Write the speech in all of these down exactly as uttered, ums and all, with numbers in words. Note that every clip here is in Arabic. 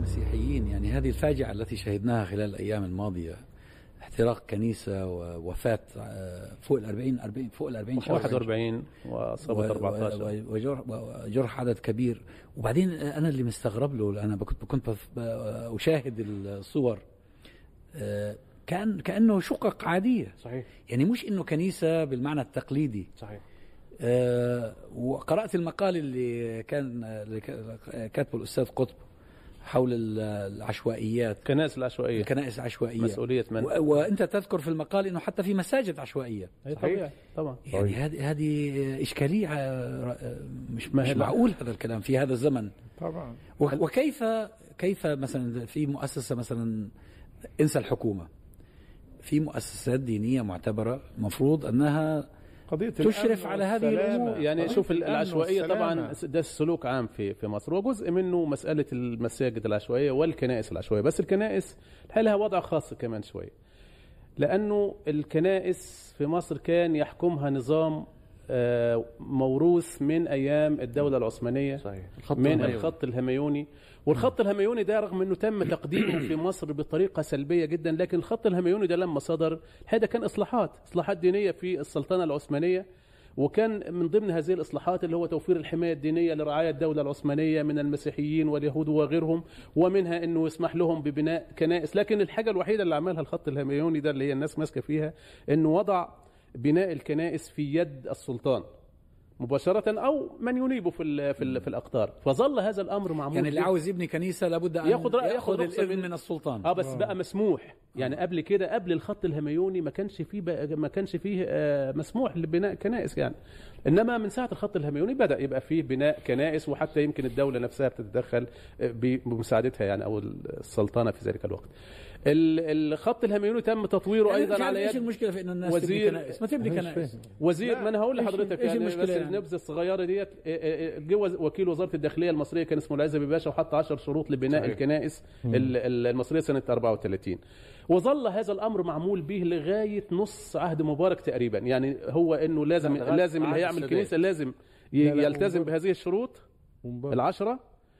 المسيحيين. يعني هذه الفاجعة التي شهدناها خلال الأيام الماضية، احتراق كنيسة ووفاة فوق الأربعين أربعين فوق الأربعين شخص، واحد وأربعين وأصابت أربعة عشر وجرح عدد كبير. وبعدين أنا اللي مستغرب له، أنا كنت كنت أشاهد الصور، كان كأنه شقق عادية. صحيح. يعني مش إنه كنيسة بالمعنى التقليدي. صحيح. أه وقرأت المقال اللي كان اللي كاتبه الأستاذ قطب حول العشوائيات، كنائس العشوائية، الكنائس العشوائية مسؤولية من؟ وأنت تذكر في المقال إنه حتى في مساجد عشوائية. صحيح طبعا. يعني هذه هذه إشكالية، مش مش معقول هذا الكلام في هذا الزمن طبعا. وكيف كيف مثلا في مؤسسة، مثلا انسى الحكومة، في مؤسسات دينية معتبرة مفروض أنها تشرف على هذه الأمور. يعني شوف العشوائية طبعا ده السلوك عام في في مصر، وجزء منه مسألة المساجد العشوائية والكنائس العشوائية. بس الكنائس لها وضع خاص كمان شوية، لأنه الكنائس في مصر كان يحكمها نظام موروث من أيام الدولة العثمانية. صحيح. من الهميوني. الخط الهميوني. والخط الهميوني ده رغم أنه تم تقديمه في مصر بطريقة سلبية جدا، لكن الخط الهميوني ده لما صدر هذا كان إصلاحات إصلاحات دينية في السلطنة العثمانية، وكان من ضمن هذه الإصلاحات اللي هو توفير الحماية الدينية لرعاية الدولة العثمانية من المسيحيين واليهود وغيرهم، ومنها أنه يسمح لهم ببناء كنائس. لكن الحاجة الوحيدة اللي عملها الخط الهميوني ده اللي هي الناس ماسكة فيها، أنه وضع بناء الكنائس في يد السلطان مباشرة أو من ينيبه في في, في الأقطار. فظل هذا الأمر معمول. يعني اللي عاوز يبني كنيسة لابد أن ياخذ ياخذ الإذن من السلطان. اه بس أوه. بقى مسموح. يعني قبل كده قبل الخط الهميوني ما كانش فيه ما كانش فيه مسموح لبناء كنائس يعني. إنما من ساعة الخط الهميوني بدأ يبقى فيه بناء كنائس، وحتى يمكن الدولة نفسها بتتدخل بمساعدتها يعني، أو السلطنة في ذلك الوقت. الخط الهميوني تم تطويره يعني ايضا على يد. ايش المشكله في ان الناس تبني كنائس؟ ما تبني كنائس. وزير، ما انا هقول لحضرتك يعني بس يعني؟ النبذه الصغيره ديت، جه وكيل وزاره الداخليه المصريه كان اسمه العزبي باشا، وحط عشر شروط لبناء صحيح. الكنائس المصريه سنه أربعة وثلاثين، وظل هذا الامر معمول به لغايه نص عهد مبارك تقريبا. يعني هو انه لازم لازم اللي هيعمل كنيسه لازم يلتزم بهذه الشروط العشره،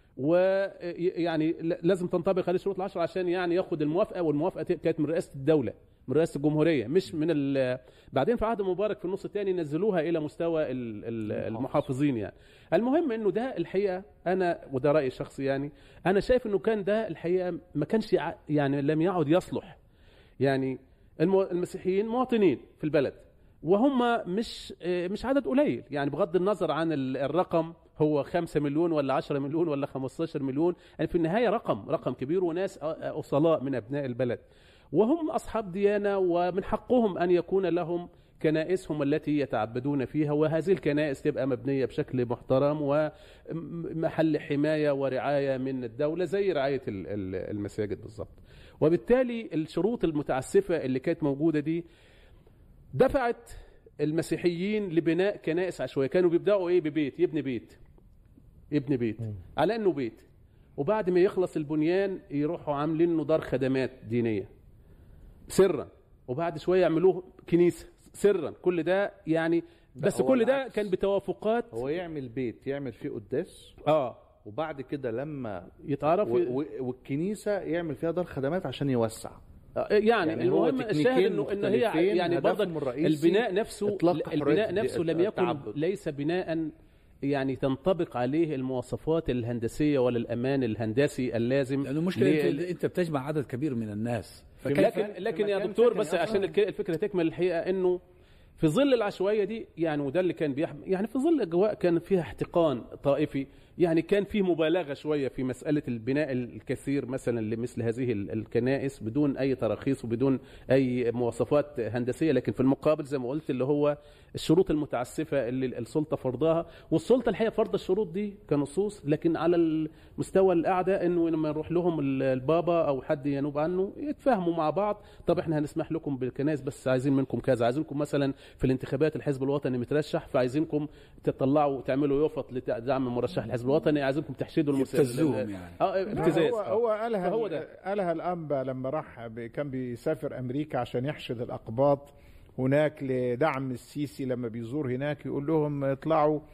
ويعني لازم تنطبق هذه الشروط العشرة عشان يعني ياخد الموافقة، والموافقة كانت من رئاسة الدولة، من رئاسة الجمهورية، مش من ال... بعدين في عهد مبارك في النص الثاني نزلوها إلى مستوى المحافظين يعني. المهم إنه ده الحقيقة أنا، وده رأيي الشخصي يعني، أنا شايف إنه كان ده الحقيقة ما كانش يعني لم يعد يصلح. يعني المسيحيين مواطنين في البلد، وهم مش مش عدد قليل يعني، بغض النظر عن الرقم هو خمسة مليون ولا عشرة مليون ولا خمستاشر مليون، يعني في النهاية رقم رقم كبير، وناس أصلاء من أبناء البلد، وهم أصحاب ديانة، ومن حقهم أن يكون لهم كنائسهم التي يتعبدون فيها، وهذه الكنائس تبقى مبنية بشكل محترم ومحل حماية ورعاية من الدولة زي رعاية المساجد بالضبط. وبالتالي الشروط المتعسفة اللي كانت موجودة دي دفعت المسيحيين لبناء كنائس عشوائية. كانوا بيبدأوا ايه؟ ببيت، يبني بيت يبني بيت على انه بيت، وبعد ما يخلص البنيان يروحوا عاملين له دار خدمات دينية سرا، وبعد شوية يعملوه كنيسة سرا. كل ده يعني، بس كل ده كان بتوافقات. هو يعمل بيت يعمل فيه قداس، اه وبعد كده لما يتعرف والكنيسة يعمل فيها دار خدمات عشان يوسع. يعني, يعني المهم الشاهد انه ان هي يعني برضك البناء نفسه البناء نفسه لم يكن ليس بناء يعني تنطبق عليه المواصفات الهندسيه ولا الامان الهندسي اللازم. لانه مشكله ليه؟ انت بتجمع عدد كبير من الناس. لكن لكن يا دكتور بس عشان الفكره تكمل، الحقيقه انه في ظل العشوائيه دي يعني، وده اللي كان بيحمل يعني في ظل اجواء كان فيها احتقان طائفي، يعني كان فيه مبالغه شويه في مساله البناء الكثير مثلا لمثل هذه الكنائس بدون اي تراخيص وبدون اي مواصفات هندسيه. لكن في المقابل زي ما قلت اللي هو الشروط المتعسفه اللي السلطه فرضها، والسلطه الحقيقه فرض الشروط دي كنصوص، لكن على المستوى الاعلى انه لما يروح لهم البابا او حد ينوب عنه يتفاهموا مع بعض. طب احنا هنسمح لكم بالكنائس بس عايزين منكم كذا، عايزينكم مثلا في الانتخابات الحزب الوطني مترشح، فعايزينكم تطلعوا تعملوا يفط لدعم مرشح الحزب الوطني، عايزينكم تحشدوا المسلمين يعني. اه ابتزاز. هو هو قالها هو قالها الانبا لما راح كان بيسافر امريكا عشان يحشد الاقباط هناك لدعم السيسي. لما بيزور هناك يقول لهم اطلعوا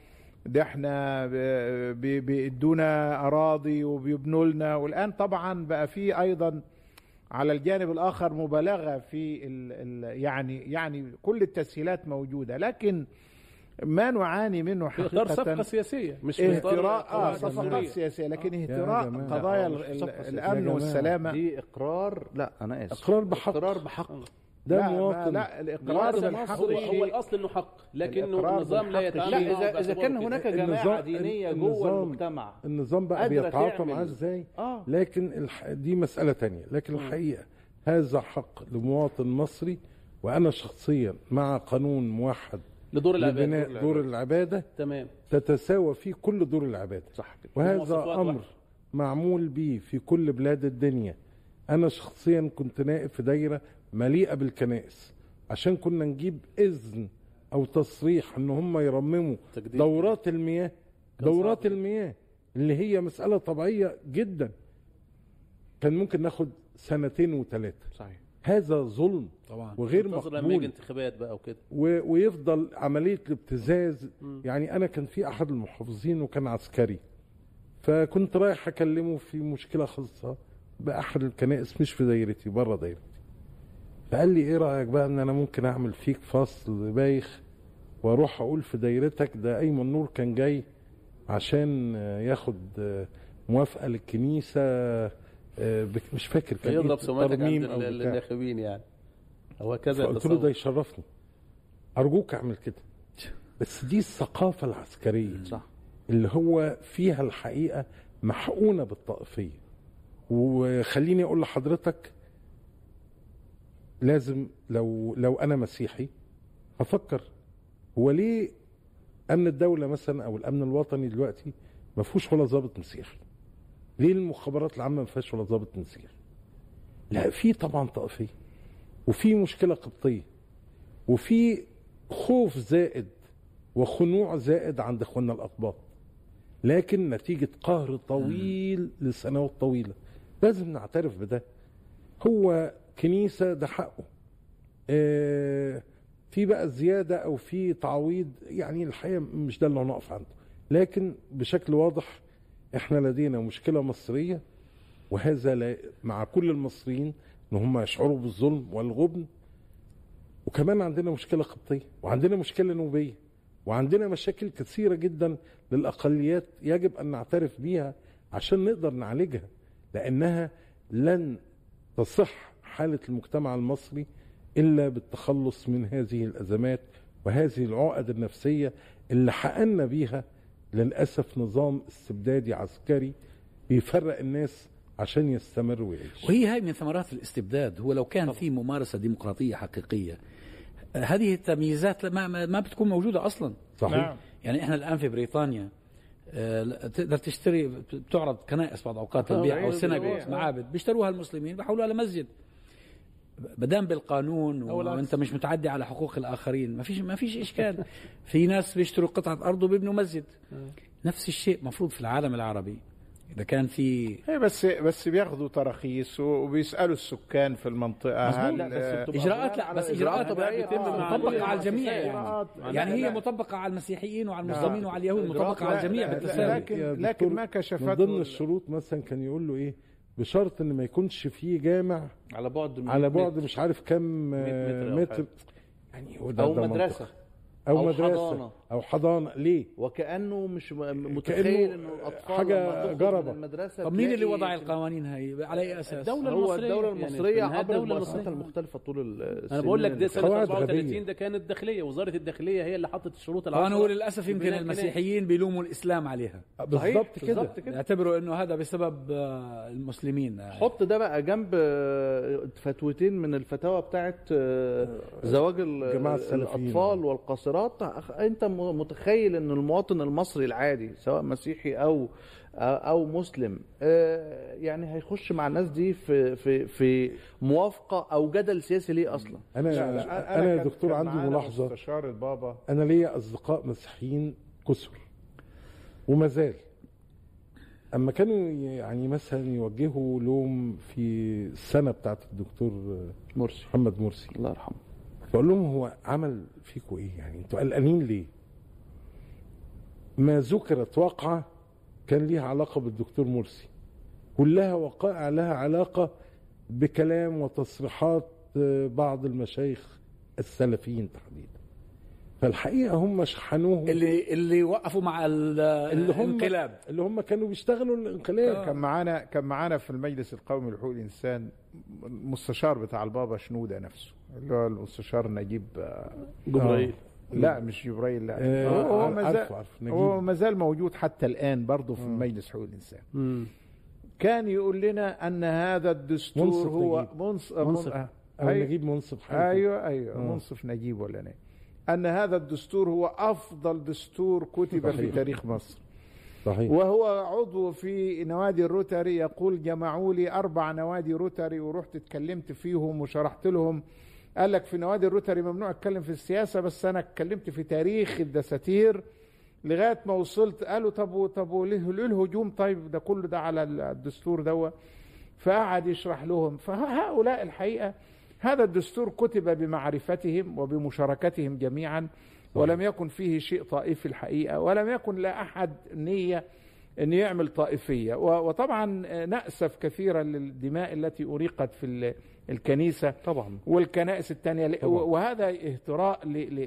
ده احنا بيدونا اراضي وبيبنوا لنا. والان طبعا بقى في ايضا على الجانب الاخر مبالغه في ال ال يعني يعني كل التسهيلات موجوده، لكن ما نعاني منه حقيقه في اطار صفقه سياسيه، مش في اهتراء اه صفقات سياسيه، لكن اهتراء قضايا الامن والسلامه دي اقرار. لا انا اسف، اقرار بحق، اقرار بحق. ده لا مواطن. لا الاقرار بالحق هو, هو الاصل انه حق، لكنه النظام لا يتعامل. لا اذا اذا كان هناك جماعه دينيه جوه المجتمع النظام بقى بيتعاطى معاه ازاي. آه. لكن الح... دي مساله تانية. لكن الحقيقه هذا حق لمواطن مصري، وانا شخصيا مع قانون موحد لدور العباده، لبناء دور العباده تمام، تتساوى فيه كل دور العباده. صح كده. وهذا امر معمول به في كل بلاد الدنيا. انا شخصيا كنت نائب في دايره مليئه بالكنائس، عشان كنا نجيب اذن او تصريح ان هم يرمموا دورات المياه. دورات المياه اللي هي مساله طبيعيه جدا، كان ممكن ناخد سنتين وثلاثه. صحيح. هذا ظلم طبعا وغير مقبول لما يجي انتخابات بقى وكده، ويفضل عمليه الابتزاز. م. يعني انا كان في احد المحافظين وكان عسكري، فكنت رايح اكلمه في مشكله خاصه باحد الكنائس مش في دايرتي، بره دايرتي. فقال لي ايه رايك بقى ان انا ممكن اعمل فيك فصل بايخ واروح اقول في دايرتك ده ايمن نور كان جاي عشان ياخد موافقه للكنيسه، مش فاكر كان يضرب سمعتك عند الناخبين يعني. هو كذا. قلت له ده يشرفني، ارجوك اعمل كده. بس دي الثقافه العسكريه، صح، اللي هو فيها الحقيقه محقونه بالطائفيه. وخليني اقول لحضرتك، لازم لو لو انا مسيحي هفكر هو ليه امن الدوله مثلا او الامن الوطني دلوقتي ما فيهوش ولا ضابط مسيحي؟ ليه المخابرات العامه ما فيهاش ولا ضابط مسيحي؟ لا، في طبعا طائفيه، وفي مشكله قبطيه، وفي خوف زائد وخنوع زائد عند اخواننا الاقباط، لكن نتيجه قهر طويل لسنوات طويله. لازم نعترف بده. هو كنيسة ده حقه. اه في بقى زيادة أو في تعويض، يعني الحقيقة مش ده اللي هنقف عنده. لكن بشكل واضح احنا لدينا مشكلة مصرية، وهذا لا مع كل المصريين ان هم يشعروا بالظلم والغبن. وكمان عندنا مشكلة قبطية، وعندنا مشكلة نوبية، وعندنا مشاكل كثيرة جدا للأقليات يجب أن نعترف بيها عشان نقدر نعالجها، لأنها لن تصح حالة المجتمع المصري إلا بالتخلص من هذه الأزمات وهذه العقد النفسية اللي حقنا بيها للأسف نظام استبدادي عسكري بيفرق الناس عشان يستمر ويعيش. وهي هاي من ثمرات الاستبداد. هو لو كان طبعا في ممارسة ديمقراطية حقيقية، هذه التمييزات ما, ما بتكون موجودة أصلا. صحيح. نعم. يعني احنا الآن في بريطانيا تقدر تشتري، بتعرض كنائس بعض اوقات البيع او سيناغوغ معابد بيشتروها المسلمين بيحولوها لمسجد، بدام بالقانون وانت مش متعدي على حقوق الاخرين ما فيش ما فيش اشكال. في ناس بيشتروا قطعه ارض وبيبنوا مسجد. نفس الشيء مفروض في العالم العربي. اذا كان في بس بس بياخذوا تراخيص وبيسالوا السكان في المنطقه هل اجراءات، لا بس اجراءات طبيعيه مطبقه على الجميع يعني, يعني هي مطبقه على المسيحيين وعلى المسلمين وعلى اليهود، مطبقه على الجميع بالتساوي. لكن لكن ما كشفت من ضمن الشروط مثلا كان يقول له ايه، بشرط ان ما يكونش فيه جامع على بعد على بعد مش عارف كم متر, متر. يعني هو ده او ده مدرسه أو, أو مدرسة حضانة. أو حضانة. ليه؟ وكأنه مش متخيل إنه الأطفال حاجة جربة. المدرسة. طب مين اللي وضع القوانين هاي؟ على أي أساس؟ الدولة هو المصرية. الدولة المصرية يعني عبر المؤسسات المختلفة طول السنين. أنا بقول لك ده سنة أربعة وثلاثين ده كانت الداخلية، وزارة الداخلية هي اللي حطت الشروط العشرة. أنا أقول للأسف يمكن المسيحيين بيلوموا الإسلام عليها. بالضبط كده. يعتبروا إنه هذا بسبب المسلمين. حط ده بقى جنب فتوتين من الفتاوى بتاعت زواج الأطفال والقاصرات. انت متخيل ان المواطن المصري العادي سواء مسيحي او او مسلم يعني هيخش مع الناس دي في في في موافقه او جدل سياسي ليه اصلا؟ انا لا لا انا يا دكتور عندي ملاحظه. استشاره بابا، انا ليا اصدقاء مسيحيين كثر وما زال، اما كانوا يعني مثلا يوجهوا لوم في السنه بتاعت الدكتور مرسي محمد مرسي الله يرحمه، بقول لهم هو عمل فيكم ايه؟ يعني انتوا قلقانين ليه؟ ما ذكرت واقعة كان ليها علاقة بالدكتور مرسي، كلها وقائع لها علاقة بكلام وتصريحات بعض المشايخ السلفيين تحديدا. فالحقيقة هم شحنوهم اللي اللي وقفوا مع اللي هم الانقلاب، اللي هم كانوا بيشتغلوا الانقلاب. آه. كان معانا كان معانا في المجلس القومي لحقوق الانسان المستشار بتاع البابا شنودة نفسه، اللي هو المستشار نجيب جبرائيل. لا مش جبرائيل، لا آه هو ما زال هو ما زال موجود حتى الان برضه في مجلس حقوق الانسان. مم. كان يقول لنا ان هذا الدستور منصف هو نجيب. منصف, منصف. منصف. أو نجيب منصف حاجة. ايوه ايوه آه. منصف نجيب ولا نجيب. ان هذا الدستور هو افضل دستور كتب صحيح. في تاريخ مصر. صحيح. وهو عضو في نوادي الروتري، يقول جمعوا لي اربع نوادي روتري ورحت اتكلمت فيهم وشرحت لهم. قال لك في نوادي الروتري ممنوع اتكلم في السياسه، بس انا اتكلمت في تاريخ الدساتير لغايه ما وصلت. قالوا طب طب ليه الهجوم؟ طيب ده كله ده على الدستور ده. فقعد يشرح لهم. فهؤلاء الحقيقه هذا الدستور كتب بمعرفتهم وبمشاركتهم جميعا، ولم يكن فيه شيء طائفي الحقيقه، ولم يكن لا احد نيه ان يعمل طائفيه. وطبعا نأسف كثيرا للدماء التي أريقت في الكنيسة طبعا والكنائس الثانية، وهذا اهتراء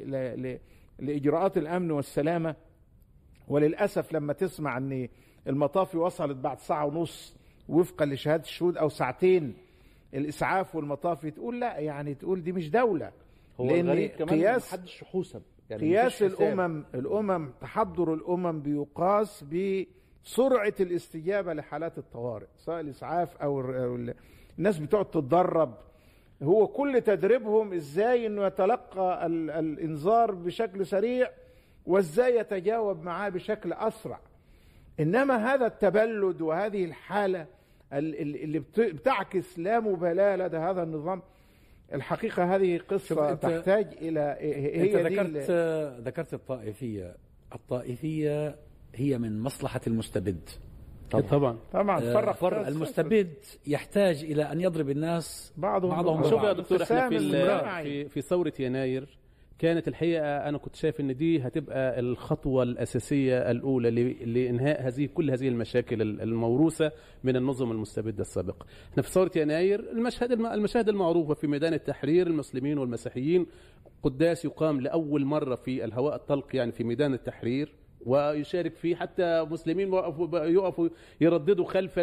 لإجراءات الأمن والسلامة. وللأسف لما تسمع أن المطافي وصلت بعد ساعة ونص وفقا لشهادة الشهود أو ساعتين الإسعاف والمطافي، تقول لا، يعني تقول دي مش دولة. هو لأن قياس محدش حوسب، يعني قياس الأمم الأمم تحضر الأمم بيقاس ب سرعة الاستجابة لحالات الطوارئ، سواء الإسعاف أو الناس بتقعد تتدرب. هو كل تدريبهم إزاي إنه يتلقى الإنذار بشكل سريع وإزاي يتجاوب معاه بشكل أسرع. إنما هذا التبلد وهذه الحالة اللي بتعكس لا مبالاة لدى هذا النظام، الحقيقة هذه قصة تحتاج إلى هي أنت ذكرت ذكرت الطائفية. الطائفية هي من مصلحة المستبد. طبعا طبعا, طبعا. فرق فرق المستبد يحتاج إلى أن يضرب الناس بعضهم بعضهم. شوف يا دكتور، احنا في في في ثورة يناير كانت الحقيقة أنا كنت شايف إن دي هتبقى الخطوة الأساسية الأولى لإنهاء هذه كل هذه المشاكل الموروثة من النظم المستبدة السابقة. احنا في ثورة يناير المشهد المشاهد المعروفة في ميدان التحرير، المسلمين والمسيحيين، قداس يقام لأول مرة في الهواء الطلق يعني في ميدان التحرير، ويشارك فيه حتى مسلمين يقفوا يرددوا خلف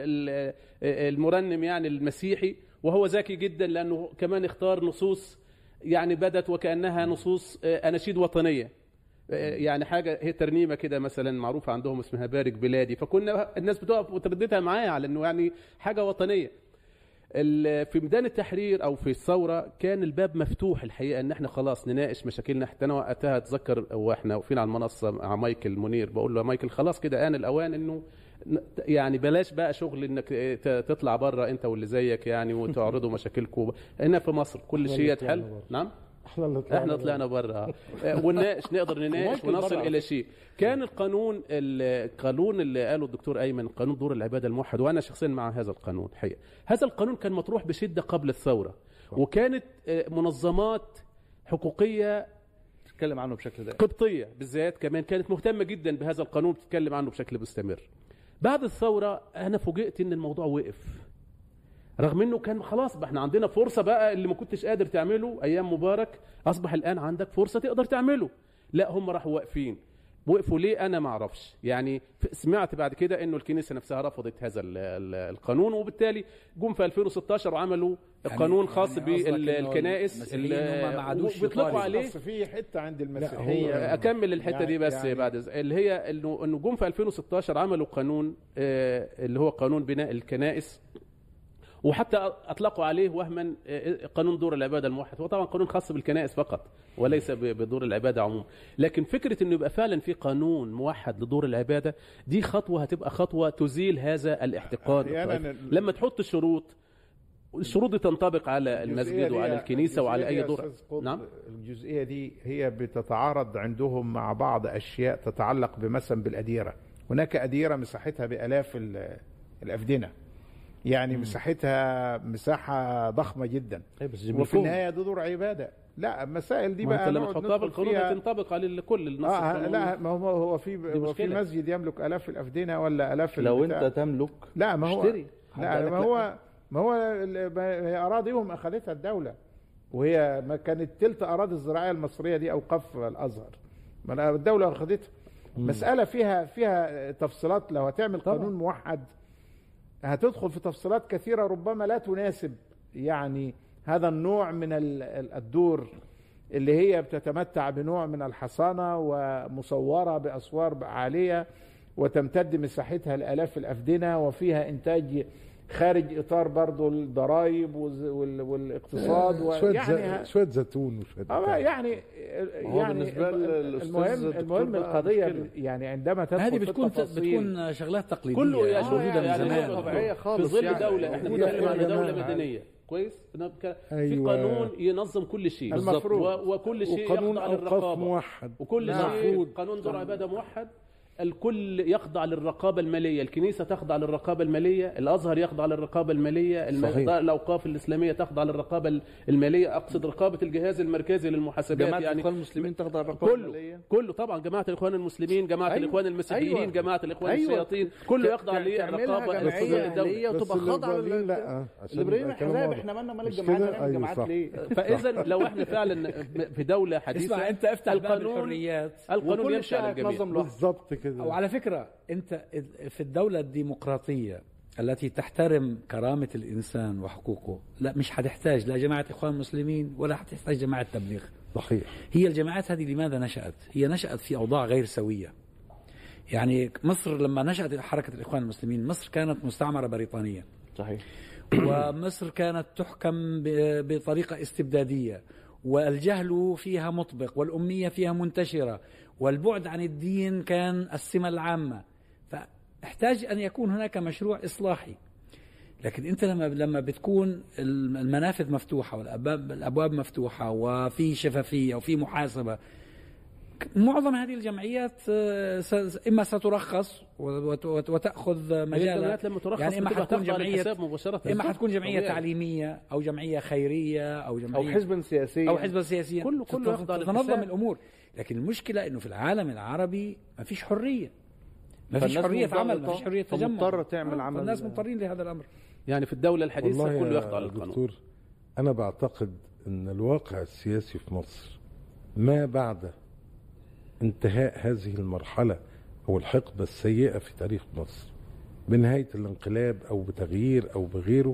المرنم يعني المسيحي، وهو ذكي جدا لأنه كمان اختار نصوص يعني بدت وكأنها نصوص أناشيد وطنية، يعني حاجة هي ترنيمة كده مثلا معروفة عندهم اسمها بارك بلادي، فكنا الناس بتقف وترددها معايا على أنه يعني حاجة وطنية. في ميدان التحرير او في الثوره كان الباب مفتوح الحقيقه ان احنا خلاص نناقش مشاكلنا. حتى انا وقتها اتذكر واحنا واقفين على المنصه مع مايكل منير بقول له يا مايكل خلاص كده آن الاوان انه يعني بلاش بقى شغل انك تطلع بره انت واللي زيك يعني وتعرضوا مشاكلكم هنا في مصر، كل شيء يتحل. نعم احنا اللي طلعنا احنا طلعنا بره ونناقش، نقدر نناقش ونصل الى شيء. كان القانون القانون اللي قاله الدكتور ايمن قانون دور العباده الموحد، وانا شخصيا مع هذا القانون الحقيقه. هذا القانون كان مطروح بشده قبل الثوره، وكانت منظمات حقوقيه تتكلم عنه بشكل دائم، قبطيه بالذات كمان كانت مهتمه جدا بهذا القانون، بتتكلم عنه بشكل مستمر. بعد الثوره انا فوجئت ان الموضوع وقف، رغم انه كان خلاص احنا عندنا فرصه بقى اللي ما كنتش قادر تعمله ايام مبارك اصبح الان عندك فرصه تقدر تعمله. لا، هم راحوا واقفين. وقفوا ليه انا ما اعرفش، يعني سمعت بعد كده انه الكنيسه نفسها رفضت هذا القانون، وبالتالي جم في ألفين وستاشر وعملوا يعني قانون خاص يعني بالكنائس اللي بيطلقوا عليه. في حته عند المسيحيه اكمل الحته يعني دي بس يعني بعد اللي هي انه انه جم في ألفين وستاشر عملوا قانون اللي هو قانون بناء الكنائس، وحتى اطلقوا عليه وهما قانون دور العباده الموحد. هو طبعا قانون خاص بالكنائس فقط وليس بدور العباده عموما، لكن فكره انه يبقى فعلا في قانون موحد لدور العباده دي خطوه هتبقى خطوه تزيل هذا الاحتقاد. لما تحط الشروط، الشروط دي تنطبق على المسجد وعلى الكنيسه وعلى اي دور. نعم، الجزئيه دي هي بتتعارض عندهم مع بعض اشياء تتعلق بمثلا بالاديره. هناك اديره مساحتها بالاف الافدنه، يعني مساحتها مساحة ضخمة جدا، وفي النهاية ده دور عبادة. لا المسائل دي ما بقى انت لما تحطها في القانون هتنطبق على الكل النص آه القانوني. لا ما هو هو في هو في مسجد يملك الاف الافدنه ولا الاف لو البتاع. انت تملك لا ما هو اشتري. لا ما هو ما هو ال- هي اراضيهم اخذتها الدوله، وهي ما كانت تلت اراضي الزراعيه المصريه دي اوقاف الازهر، ما الدوله اخذتها. مساله فيها فيها تفصيلات، لو هتعمل طبعا. قانون موحد هتدخل في تفصيلات كثيره ربما لا تناسب يعني هذا النوع من ال- ال- الدور اللي هي بتتمتع بنوع من الحصانه ومصوره باسوار عاليه وتمتد مساحتها لالاف الافدنه وفيها انتاج خارج اطار برضو الضرائب وال- والاقتصاد شويه ويعني ز- شويه زيتون وشويه اه بتاع. يعني هو يعني بالنسبة للأستاذ المهم الدكتور المهم بقى القضيه مشكلة. يعني عندما تدخل هذه في بتكون التفاصيل بتكون شغلات تقليديه كله يا مش موجوده من يعني زمان. طبيعية في خالص ظل يعني. دولة احنا موجودة بنتكلم في عن دولة الجماعة. مدنية كويس في أيوة. قانون ينظم كل شيء المفروض. و- وكل شيء وقانون يخضع اوقاف للرقابة موحد وكل نعم. شيء قانون دور عبادة موحد. الكل يخضع للرقابة المالية، الكنيسة تخضع للرقابة المالية، الأزهر يخضع للرقابة المالية، الم- صحيح. الأوقاف الإسلامية تخضع للرقابة المالية، أقصد رقابة الجهاز المركزي للمحاسبات. جماعة يعني الإخوان المسلمين تخضع الرقابة كله المالية. كله طبعا جماعة الإخوان المسلمين، جماعة أيوة. الإخوان المسيحيين، أيوة. جماعة الإخوان أيوة. الشياطين، كله يخضع تعملها للرقابة جمعية الفضل الدولة. أهلية بس وتبقى خاضعة الليبراليين لل- لا عشان الليبراليين يبقى كلام احزاب، واضح. احنا مالنا مال مش الجماعات كده؟ هنعمل أيوة جماعات صح. ليه؟ فإذا لو احنا فعلا في دولة حديثة اسمع انت افتح باب القانون الحريات. القانون وكل يمشي على شيء الجميع. هيتنظم لوحده. بالظبط كده. وعلى فكرة أنت في الدولة الديمقراطية التي تحترم كرامة الإنسان وحقوقه لا مش هتحتاج لا جماعة إخوان مسلمين ولا هتحتاج جماعة تبليغ. صحيح. هي الجماعات هذه لماذا نشأت؟ هي نشأت في أوضاع غير سوية. يعني مصر لما نشأت حركة الإخوان المسلمين مصر كانت مستعمرة بريطانية، صحيح. ومصر كانت تحكم ب- بطريقة استبدادية، والجهل فيها مطبق، والأمية فيها منتشرة، والبعد عن الدين كان السمة العامة. فاحتاج أن يكون هناك مشروع إصلاحي. لكن أنت لما لما بتكون المنافذ مفتوحة والأبواب الأبواب مفتوحة وفي شفافية وفي محاسبة، معظم هذه الجمعيات آه، س- إما سترخص وت- وت- وتأخذ مجالها، الجمعيات لما ترخص يعني إما بتبقى حتكون تخضع جمعية للحساب مباشرة. إما حتكون جمعية طبيعي. تعليمية أو جمعية خيرية أو جمعية او حزب سياسي أو حزب سياسي، كله- كله يخضع تنظم للحساب. الأمور. لكن المشكلة إنه في العالم العربي ما فيش حرية، ما فيش فالناس حرية عمل، مرتبطة، ما فيش حرية تجمع، فمضطرة تعمل آه، عمل. الناس مضطرين لهذا الأمر. يعني في الدولة الحديثة والله كله يا يخضع للقانون. دكتور أنا بعتقد أن الواقع السياسي في مصر ما بعد انتهاء هذه المرحلة أو الحقبة السيئة في تاريخ مصر بنهاية الانقلاب أو بتغيير أو بغيره،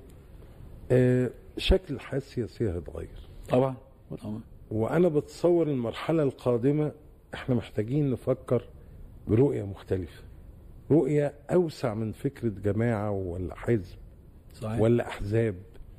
آه، شكل الحياة السياسية هيتغير. طبعا طبعا. وأنا بتصور المرحلة القادمة احنا محتاجين نفكر برؤية مختلفة، رؤية أوسع من فكرة جماعة ولا حزب صحيح. ولا أحزاب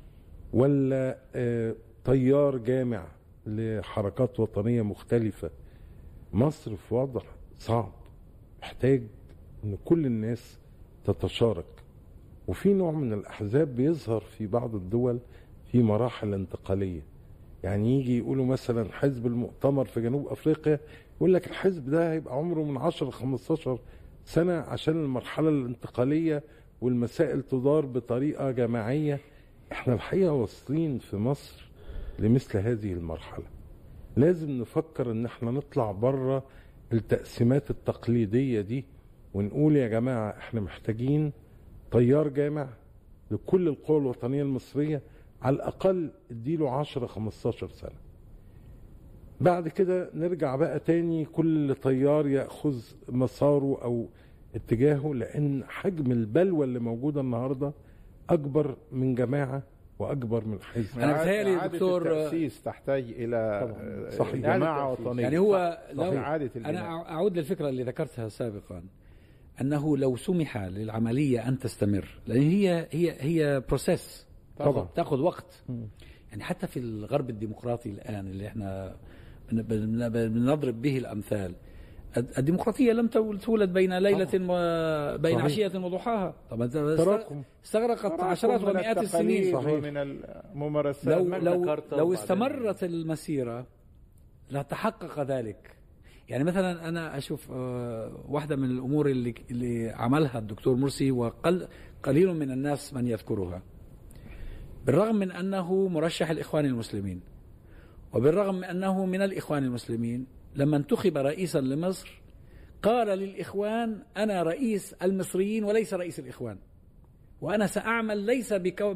ولا آه، تيار جامع لحركات وطنية مختلفة. مصر في وضع صعب، محتاج ان كل الناس تتشارك، وفي نوع من الأحزاب بيظهر في بعض الدول في مراحل انتقالية. يعني يجي يقولوا مثلا حزب المؤتمر في جنوب أفريقيا، يقول لك الحزب ده هيبقى عمره من عشرة ل خمستاشر سنة عشان المرحلة الانتقالية والمسائل تدار بطريقة جماعية. احنا الحقيقة واصلين في مصر لمثل هذه المرحلة. لازم نفكر ان احنا نطلع بره التقسيمات التقليدية دي ونقول يا جماعة احنا محتاجين تيار جامع لكل القوى الوطنية المصرية، على الأقل اديله عشرة خمستاشر سنة. بعد كده نرجع بقى تاني كل تيار يأخذ مساره أو اتجاهه، لأن حجم البلوى اللي موجودة النهاردة أكبر من جماعة وأكبر من حزب. أنا بتهيألي إعادة دكتور التأسيس تحتاج إلى طبعاً. صحيح. جماعة وطنية. يعني هو لو إعادة البناء. أنا أعود للفكرة اللي ذكرتها سابقا، أنه لو سمح للعملية أن تستمر، لأن هي هي هي بروسيس طبعا تأخذ وقت. يعني حتى في الغرب الديمقراطي الآن اللي احنا بن- بن- بنضرب به الأمثال، الديمقراطية لم تولد بين ليلة وبين صحيح. عشية وضحاها. طبعا تراكم. استغرقت عشرات من ومئات التقاليد السنين. صحيح. ومن الممارسات. لو ماجنا لو كارتا لو وبعدين- استمرت المسيرة لتحقق ذلك. يعني مثلا أنا أشوف آه، واحدة من الأمور اللي اللي عملها الدكتور مرسي وقل قليل من الناس من يذكرها، بالرغم من أنه مرشح الإخوان المسلمين وبالرغم من أنه من الإخوان المسلمين لما انتخب رئيسا لمصر قال للإخوان أنا رئيس المصريين وليس رئيس الإخوان، وأنا سأعمل ليس بكو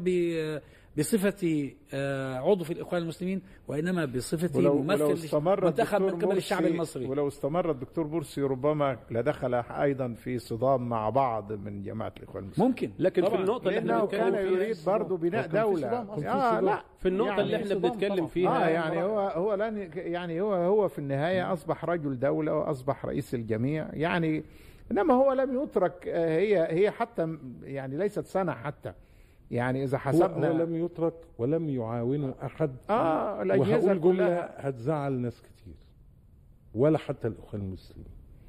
بصفتي عضو في الإخوان المسلمين وإنما بصفتي ممثل منتخب من قبل الشعب المصري. ولو استمر الدكتور مرسي ربما لدخل أيضا في صدام مع بعض من جماعة الإخوان المسلمين ممكن، لكن في النقطة اللي احنا كان يريد برضه بناء دولة. آه لا في النقطة يعني اللي احنا بنتكلم فيها آه يعني هو هو لن يعني هو هو في النهاية أصبح رجل دولة وأصبح رئيس الجميع يعني، إنما هو لم يترك. هي هي حتى يعني ليست سنة حتى يعني إذا حسبنا هو لم يترك ولم يعاونه أحد. آه الأجهزة وهقول جملة هتزعل ناس كتير، ولا حتى الإخوان المسلمين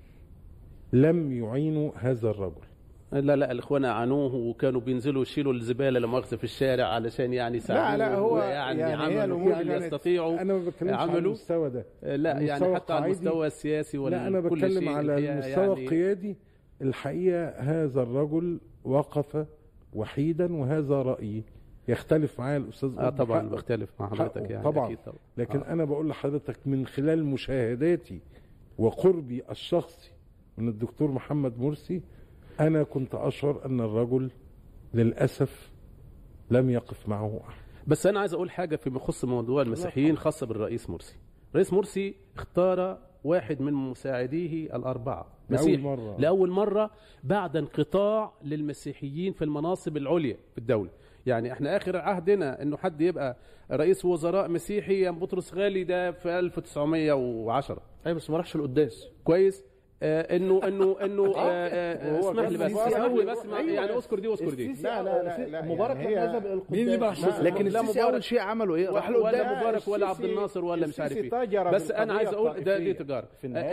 لم يعينوا هذا الرجل. لا لا الإخوان أعانوه وكانوا بينزلوا يشيلوا الزبالة لمؤاخذة في الشارع علشان يعني يساعدوه. لا لا هو يعني, يعني عملوا كل اللي يستطيعوا. أنا ما بتكلمش على المستوى ده، لا يعني حتى على المستوى السياسي ولا لا أنا بتكلم على المستوى يعني القيادي. الحقيقة هذا الرجل وقف وحيدا، وهذا رأيي يختلف معايا الأستاذ. آه طبعا بختلف مع حضرتك يعني طبعا, أكيد طبعا. لكن آه. أنا بقول لحضرتك من خلال مشاهداتي وقربي الشخصي من الدكتور محمد مرسي أنا كنت أشعر أن الرجل للأسف لم يقف معه أحد. بس أنا عايز أقول حاجة فيما يخص موضوع المسيحيين خاصة بالرئيس مرسي. رئيس مرسي اختار واحد من مساعديه الأربعة مسيحي لأول مرة. لأول مرة بعد انقطاع للمسيحيين في المناصب العليا في الدولة. يعني احنا آخر عهدنا انه حد يبقى رئيس وزراء مسيحي يا بطرس غالي ده في ألف وتسعمية وعشرة. ايوه بس ما راحش القداس كويس. آه انه انه انه آه اسمح لي بس اسمح لي بس يعني اذكر دي واذكر دي. لا لا لا, لا مبارك كان يعني يذهب الى القداس، لكن السيسي اول شيء عملوا ايه؟ راح ولا مبارك ولا عبد الناصر ولا مش عارف ايه. بس انا عايز اقول ده دي تجاره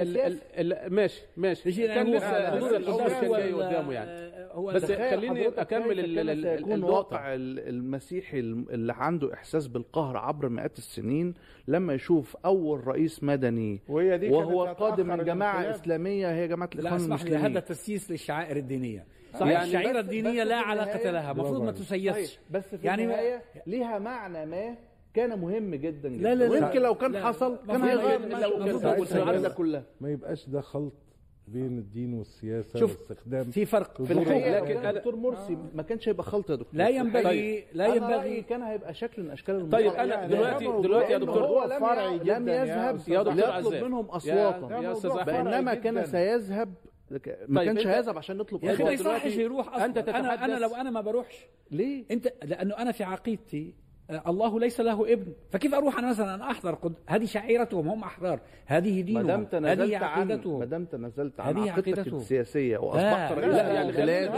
ماشي ماشي كان لسه لسه الامر كان جاي قدامه يعني. بس خليني اكمل يكون واقع المسيحي اللي عنده احساس بالقهر عبر مئات السنين لما يشوف اول رئيس مدني وهو قادم من جماعه اسلاميه هي جماعه الاخوان المسلمين. هذا تسييس للشعائر الدينيه. يعني الشعيرة الدينية لا علاقة لها، المفروض ما تسيسش. بس في يعني النهاية ليها معنى ما كان مهم جدا جدا. لا لا ويمكن لو كان حصل كان هيغير المعادلة كلها. ما يبقاش ده خلط بين الدين والسياسة شوف واستخدام في فرق في الحقيقة. لكن الدكتور مرسي ما كانش هيبقى خلط يا دكتور. لا ينبغي طيب. لا ينبغي كان هيبقى شكل من اشكال الموضوع. طيب انا دلوقتي دلوقتي يا دكتور هو لم يذهب ليطلب منهم اصواتهم، بينما كان سيذهب ما طيب كانش هيذهب عشان نطلب يا اخي ما يصحش يروح اصلا. انت انا انا لو انا ما بروحش ليه؟ انت لانه انا في عقيدتي الله ليس له ابن، فكيف اروح انا مثلا أنا احضر قد... هذه شعيرتهم، هم احرار، هذه دينهم، هذه عقيدتهم. ما دام تنازلت عن عقيدتك السياسيه واصبحت رئيس البلاد.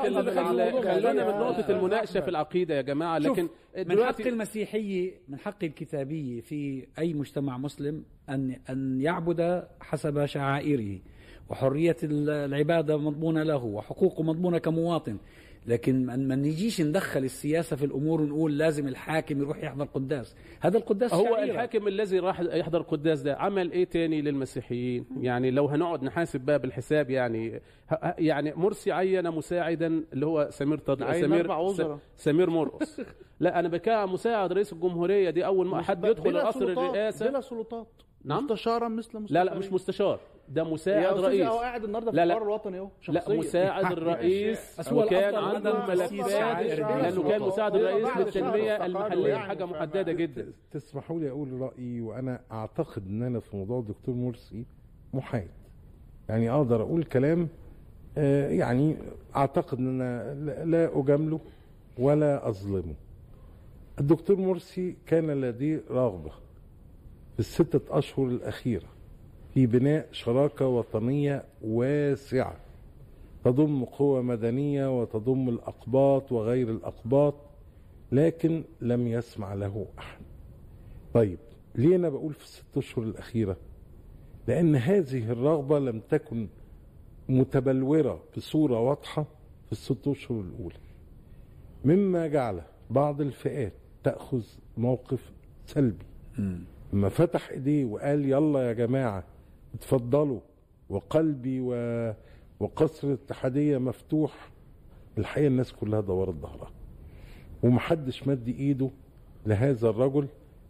خلينا من نقطه المناقشه في العقيده يا جماعه. لكن من حق المسيحي من حق الكتابي في اي مجتمع مسلم ان ان يعبد حسب شعائره، وحريه العباده مضمونه له، وحقوقه مضمونه كمواطن. لكن ما نجيش ندخل السياسة في الأمور ونقول لازم الحاكم يروح يحضر قداس. هذا القداس هو شعيرة. الحاكم الذي راح يحضر القداس ده عمل ايه تاني للمسيحيين؟ يعني لو هنقعد نحاسب بقى بالحساب يعني يعني مرسي عين مساعدا اللي هو سمير طد... سمير سمير مرقص. لا انا بكا مساعد رئيس الجمهورية دي اول ما حد يدخل القصر الرئاسة بلا سلطات. نعم؟ مستشارا مثل مستشار. لا لا مش مستشار، ده مساعد رئيس. هو قاعد النهارده في لا لا القرار الوطني اهو. لا مساعد الرئيس وكان عنده ملفات لانه كان مساعد الرئيس للتنميه المحليه حاجه محدده جدا. تسمحوا لي اقول رايي، وانا اعتقد ان انا في موضوع الدكتور مرسي محايد، يعني اقدر اقول كلام يعني اعتقد ان انا لا اجامله ولا اظلمه. الدكتور مرسي كان لديه رغبه في الستة أشهر الأخيرة في بناء شراكة وطنية واسعة تضم قوى مدنية وتضم الأقباط وغير الأقباط، لكن لم يسمع له أحد. طيب ليه أنا بقول في الستة أشهر الأخيرة؟ لأن هذه الرغبة لم تكن متبلورة بصورة واضحة في الستة أشهر الأولى، مما جعل بعض الفئات تأخذ موقف سلبي. م. لما فتح ايديه وقال يلا يا جماعة اتفضلوا وقلبي و... وقصر الاتحادية مفتوح، الحقيقة الناس كلها دورت ظهرها ومحدش مد ايده لهذا الرجل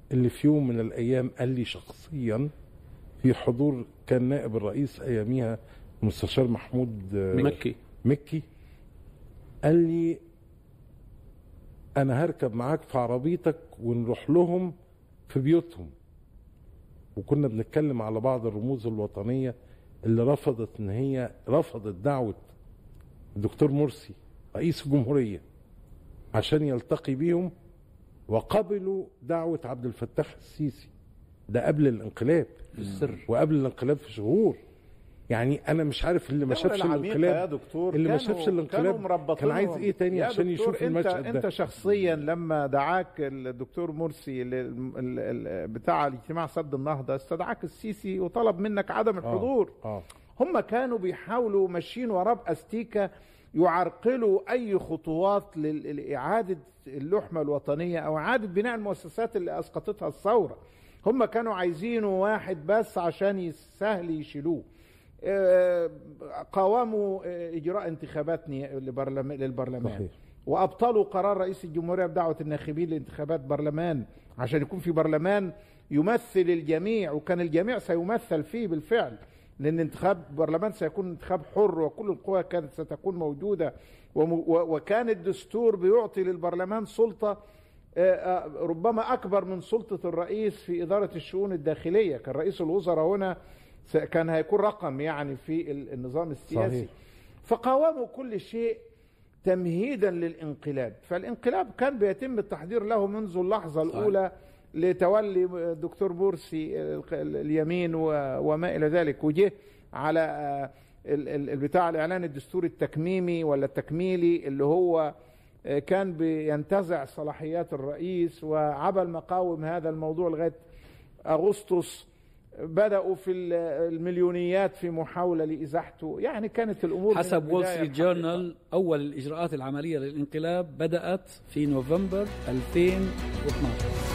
اللي في يوم من الأيام قال لي شخصيا في حضور كان نائب الرئيس أياميها المستشار محمود مكي مكي قال لي أنا هركب معاك في عربيتك ونروح لهم في بيوتهم. وكنا بنتكلم على بعض الرموز الوطنية اللي رفضت ان هي رفضت دعوة الدكتور مرسي رئيس الجمهورية عشان يلتقي بيهم، وقبلوا دعوة عبد الفتاح السيسي ده قبل الانقلاب في السر وقبل الانقلاب في شهور. يعني انا مش عارف اللي ما شافش الانقلاب اللي ما شافش الانقلاب كان عايز ايه تاني عشان يشوف المشهد ده. انت شخصيا لما دعاك الدكتور مرسي بتاع الاجتماع سد النهضه استدعاك السيسي وطلب منك عدم الحضور. آه. آه. هم كانوا بيحاولوا ماشيين وراه باستيكه يعرقلوا اي خطوات لاعاده اللحمه الوطنيه او اعاده بناء المؤسسات اللي اسقطتها الثوره. هم كانوا عايزينه واحد بس عشان سهل يشيلوه. قاوموا اجراء انتخابات للبرلمان صحيح. وابطلوا قرار رئيس الجمهوريه بدعوه الناخبين لانتخابات برلمان عشان يكون في برلمان يمثل الجميع، وكان الجميع سيمثل فيه بالفعل، لان انتخاب برلمان سيكون انتخاب حر وكل القوى كانت ستكون موجوده، وكان الدستور بيعطي للبرلمان سلطه ربما اكبر من سلطه الرئيس في اداره الشؤون الداخليه. كان رئيس الوزراء هنا كان هيكون رقم يعني في النظام السياسي صحيح. فقاوموا كل شيء تمهيدا للانقلاب. فالانقلاب كان بيتم التحضير له منذ اللحظة صحيح. الأولى لتولي الدكتور مرسي اليمين وما إلى ذلك، وجه على البتاع الإعلان الدستوري التكميمي ولا التكميلي اللي هو كان بينتزع صلاحيات الرئيس، وعبل مقاوم هذا الموضوع لغاية أغسطس بدأوا في المليونيات في محاولة لإزاحته. يعني كانت الأمور حسب وول ستريت جورنال أول الإجراءات العملية للانقلاب بدأت في نوفمبر ألفين واثناشر.